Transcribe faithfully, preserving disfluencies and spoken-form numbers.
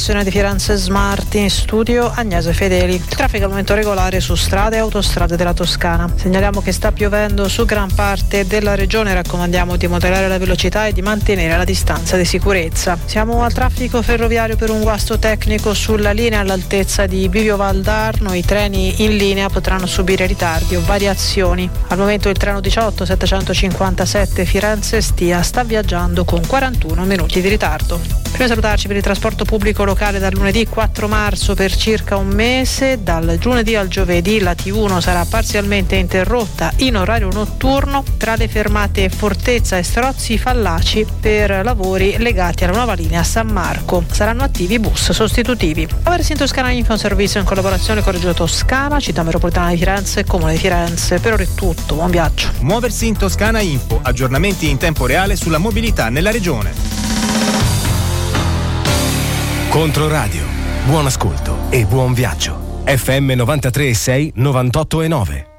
redazione di Firenze Smart, in studio Agnese Fedeli. Il traffico al momento regolare su strade e autostrade della Toscana. Segnaliamo che sta piovendo su gran parte della regione, raccomandiamo di moderare la velocità e di mantenere la distanza di sicurezza. Siamo al traffico ferroviario per un guasto tecnico sulla linea all'altezza di Bivio Valdarno. I treni in linea potranno subire ritardi o variazioni. Al momento il treno diciotto settecentocinquantasette Firenze Stia sta viaggiando con quarantuno minuti di ritardo. Prima di salutarci, per il trasporto pubblico locale dal lunedì quattro marzo per circa un mese, dal lunedì al giovedì la T uno sarà parzialmente interrotta in orario notturno tra le fermate Fortezza e Strozzi Fallaci per lavori legati alla nuova linea San Marco. Saranno attivi bus sostitutivi. Muoversi in Toscana Info, un servizio in collaborazione con Reggio Toscana, Città Metropolitana di Firenze e Comune di Firenze. Per ora è tutto, buon viaggio. Muoversi in Toscana Info, aggiornamenti in tempo reale sulla mobilità nella regione. Controradio, buon ascolto e buon viaggio. F M novantatré e sei, novantotto e nove.